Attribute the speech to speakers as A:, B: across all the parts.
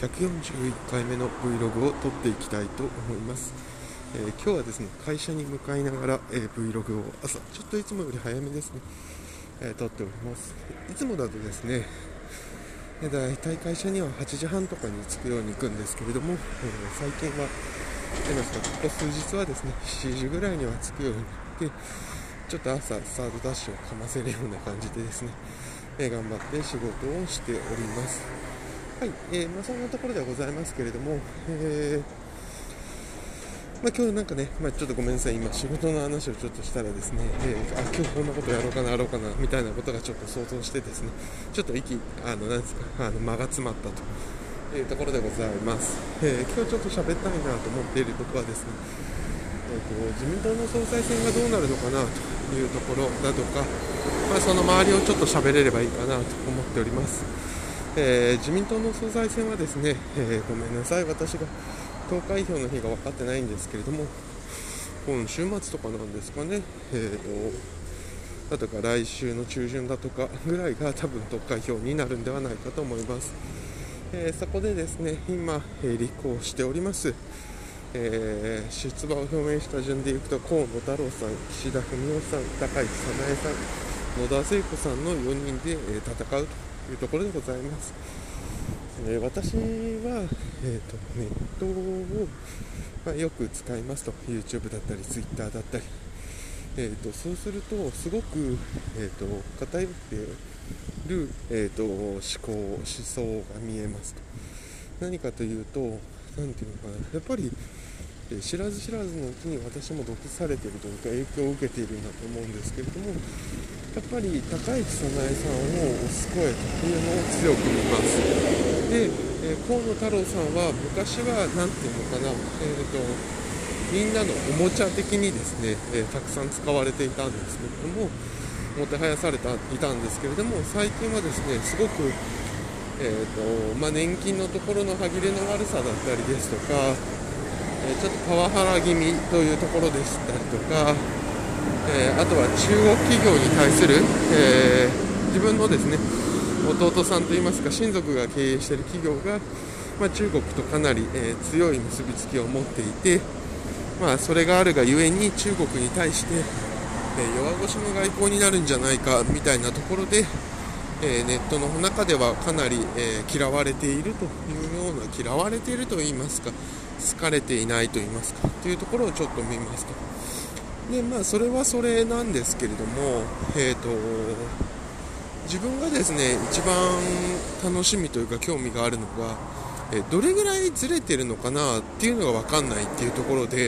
A: 141回目の Vlog を撮っていきたいと思います。今日はですね、会社に向かいながら、Vlog を朝ちょっといつもより早めですね、撮っております。いつもだとですね、だいたい会社には8時半とかに着くように行くんですけれども、最近はここ数日はですね7時ぐらいには着くようになってちょっと朝スタートダッシュをかませるような感じでですね、頑張って仕事をしております。はい、そんなところではございますけれども、今日なんかね、ちょっとごめんなさい、今仕事の話をちょっとしたらですね、今日こんなことやろうかなみたいなことがちょっと想像してですね、ちょっとなんですか、間が詰まったというところでございます。今日ちょっと喋ったいなと思っていることはですね、自民党の総裁選がどうなるのかなというところだとか、その周りをちょっと喋れればいいかなと思っております。自民党の総裁選はですね、ごめんなさい、私が投開票の日が分かってないんですけれども、今週末とかなんですかね、だとか来週の中旬だとかぐらいが多分投開票になるんではないかと思います。そこでですね、今、立候補しております、出馬を表明した順でいくと河野太郎さん、岸田文雄さん、高市早苗さん、野田聖子さんの4人で、戦うというところでございます。私は、ネットを、よく使いますと YouTube だったり Twitter だったり、そうするとすごく、偏っている、思想が見えますと。何かというと、なんていうのかな、やっぱり知らず知らずのうちに私も毒されているというか影響を受けているんだと思うんですけれども、やっぱり高市早苗さんを推す声というのを強く見ます。で、河野太郎さんは昔は何ていうのかな、みんなのおもちゃ的にですね、たくさん使われていたんですけれども、もてはやされていたんですけれども、最近はですねすごく、年金のところの歯切れの悪さだったりですとか、ちょっとパワハラ気味というところでしたりとか、あとは中国企業に対する、自分のですね弟さんといいますか親族が経営している企業が、中国とかなり、強い結びつきを持っていて、それがあるがゆえに中国に対して、弱腰の外交になるんじゃないかみたいなところで、ネットの中ではかなり、嫌われているというような、嫌われていると言いますか、好かれていないと言いますかというところをちょっと見ますと。で、それはそれなんですけれども、自分がですね一番楽しみというか興味があるのが、どれぐらいずれてるのかなっていうのが分かんないっていうところで、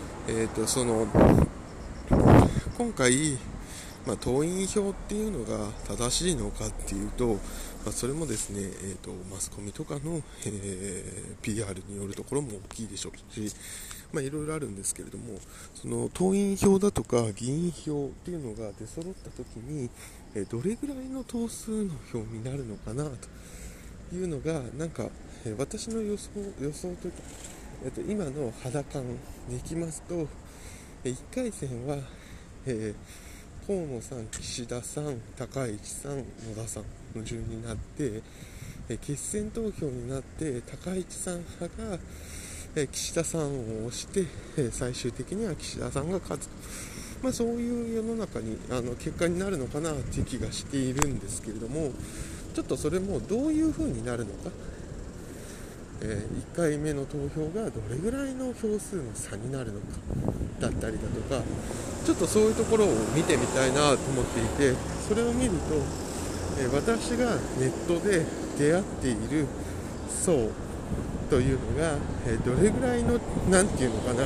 A: 今回、党員票っていうのが正しいのかっていうと、それもですね、マスコミとかの、PR によるところも大きいでしょうし、いろいろあるんですけれども、その党員票だとか議員票っていうのが出揃った時に、どれぐらいの党数の票になるのかなというのがなんか、私の予想というか、今の肌感でいきますと、1回戦は、河野さん、岸田さん、高市さん、野田さんの順になって、決選投票になって高市さん派が、岸田さんを押して、最終的には岸田さんが勝つ、そういう世の中に結果になるのかなという気がしているんですけれども、ちょっとそれもどういう風になるのか、1回目の投票がどれぐらいの票数の差になるのかだったりだとか、ちょっとそういうところを見てみたいなと思っていて、それを見ると、私がネットで出会っている層というのが、どれぐらいのなんていうのかな、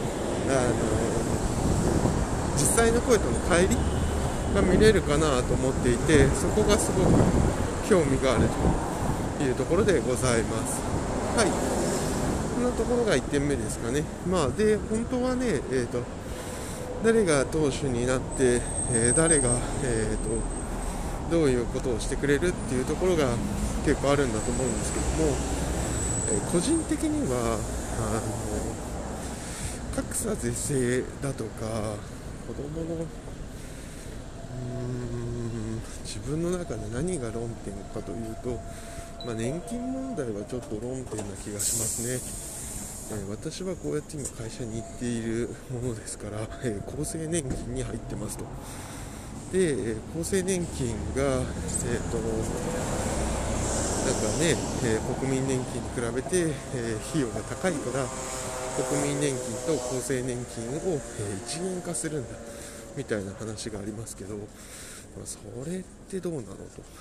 A: 実際の声との乖離が見れるかなと思っていて、そこがすごく興味があるというところでございます。はい、こんなところが1点目ですかね。で本当はね、誰が党首になって、誰が、どういうことをしてくれるっていうところが結構あるんだと思うんですけども、個人的には格差是正だとか、子どもの自分の中で何が論点かというと、 年金問題はちょっと論点な気がしますね。私はこうやって今会社に行っているものですから、厚生年金に入ってますと。で、厚生年金が、国民年金に比べて、費用が高いから国民年金と厚生年金を、一元化するんだみたいな話がありますけど、それってどうなの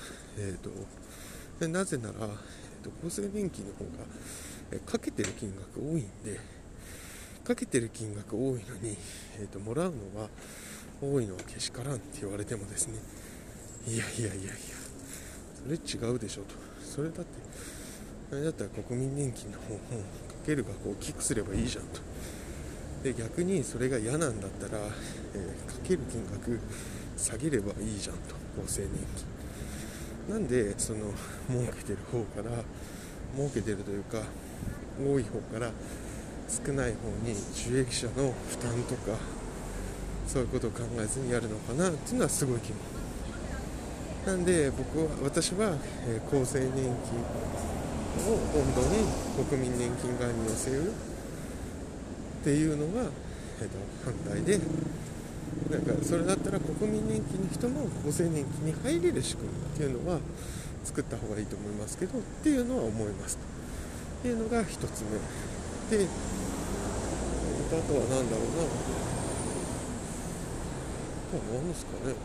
A: と、なぜなら、厚生年金の方がかけてる金額多いんで、かけてる金額多いのに、もらうのは多いのはけしからんって言われてもですね、いやそれ違うでしょと。それだってあれだったら国民年金の方もかける額を大きくすればいいじゃんと。で、逆にそれが嫌なんだったら、かける金額下げればいいじゃんと。厚生年金なんで、その儲けてる方から儲けてるというか多い方から少ない方に受益者の負担とかそういうことを考えずにやるのかなっていうのはすごい疑問なんで、私は、厚生年金を本土に国民年金側に寄せるっていうのが、反対で、それだったら国民年金の人も厚生年金に入れる仕組みっていうのは作った方がいいと思いますけどっていうのは思いますっていうのが一つ目で、あとは何だろうな、何ですかね、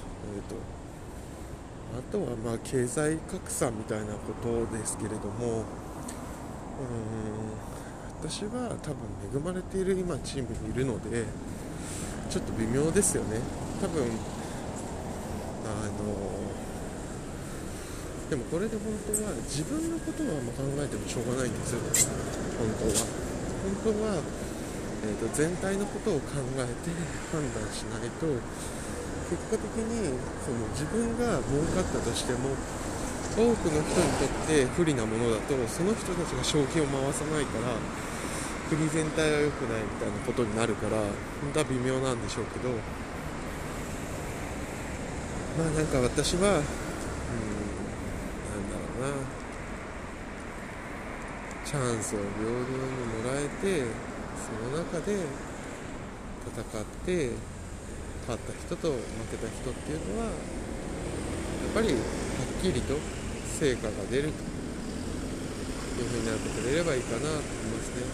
A: あとは経済格差みたいなことですけれども、私は多分恵まれている今チームにいるのでちょっと微妙ですよね。多分でもこれで本当は自分のことは考えてもしょうがないんですよ。本当は、全体のことを考えて判断しないと、結果的にその自分が儲かったとしても多くの人にとって不利なものだと、その人たちが消費を回さないから国全体は良くないみたいなことになるから、本当は微妙なんでしょうけど、私はチャンスを平等にもらえて、その中で戦って勝った人と負けた人っていうのはやっぱりはっきりと成果が出るというふうになってくれればいいかなと思いますね。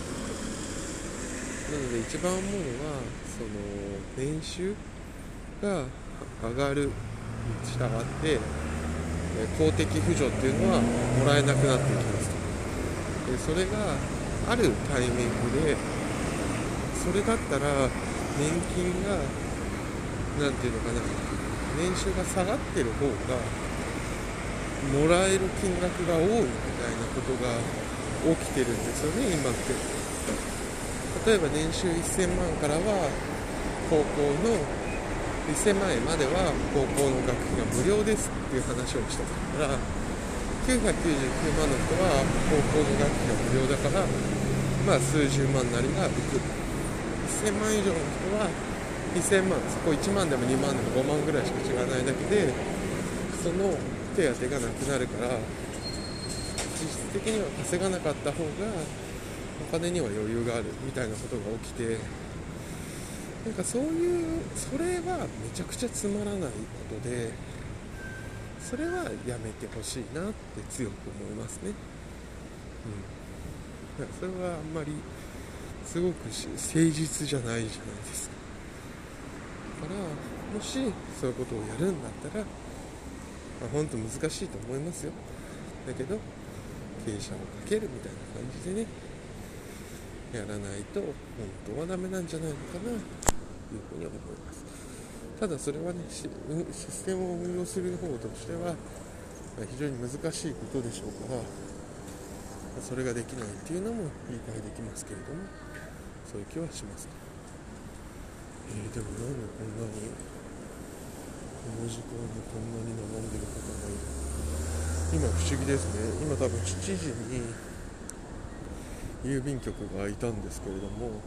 A: なので一番思うのは、その年収が上がるに従って公的扶助っていうのはもらえなくなっていきますと。それがあるタイミングで、それだったら年金が年収が下がってる方がもらえる金額が多いみたいなことが起きてるんですよね、今って。例えば年収1000万からは高校の1000万円までは高校の学費が無料ですっていう話をしたから、999万の人は高校の学費が無料だから、数十万なりが浮く。1000万以上の人は2000万、そこ1万でも2万でも5万ぐらいしか違わないだけで、その手当がなくなるから、実質的には稼がなかった方がお金には余裕があるみたいなことが起きて、それはめちゃくちゃつまらないことで、それはやめてほしいなって強く思いますね。それはあんまりすごく誠実じゃないじゃないですか。だからもしそういうことをやるんだったら、本当難しいと思いますよ。だけど経営者をかけるみたいな感じでね、やらないと本当はダメなんじゃないのかなというふうに思います。ただそれはね、システムを運用する方としては非常に難しいことでしょうから、それができないっていうのも理解できますけれども、そういう気はします。でもなんでこんなにこの時間にこんなに並んでる方がいる。今不思議ですね。今多分7時に郵便局が開いたんですけれども、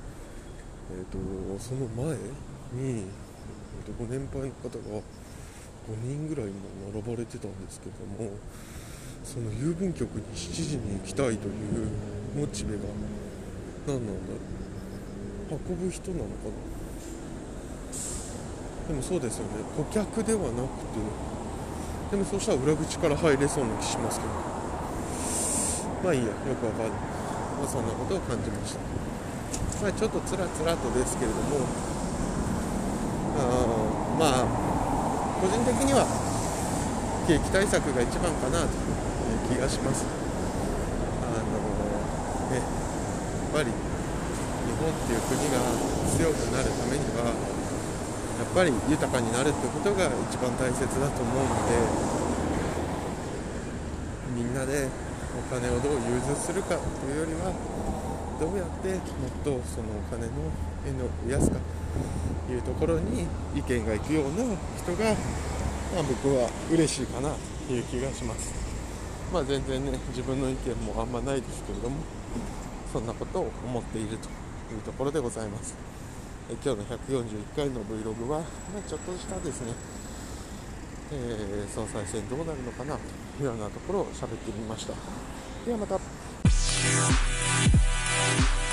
A: その前に、ご年配の方が5人ぐらいも並ばれてたんですけども、 その郵便局に7時に行きたいというモチベが何なんだろう。運ぶ人なのかな。でもそうですよね、顧客ではなくて、でもそうしたら裏口から入れそうな気しますけど、まあいいや、よくわかんない、そんなことを感じました。ちょっとつらつらとですけれども、まあ個人的には景気対策が一番かなという気がします。やっぱり日本っていう国が強くなるためにはやっぱり豊かになるってことが一番大切だと思うので、みんなでお金をどう融通するかというよりは、どうやってもっとそのお金の円を増やすかというところに意見がいくような人が、僕は嬉しいかなという気がします。全然ね、自分の意見もあんまないですけれども、そんなことを思っているというところでございます。今日の141回の Vlog は、ちょっとしたですね、総裁選どうなるのかなというようなところを喋ってみました。ではまた。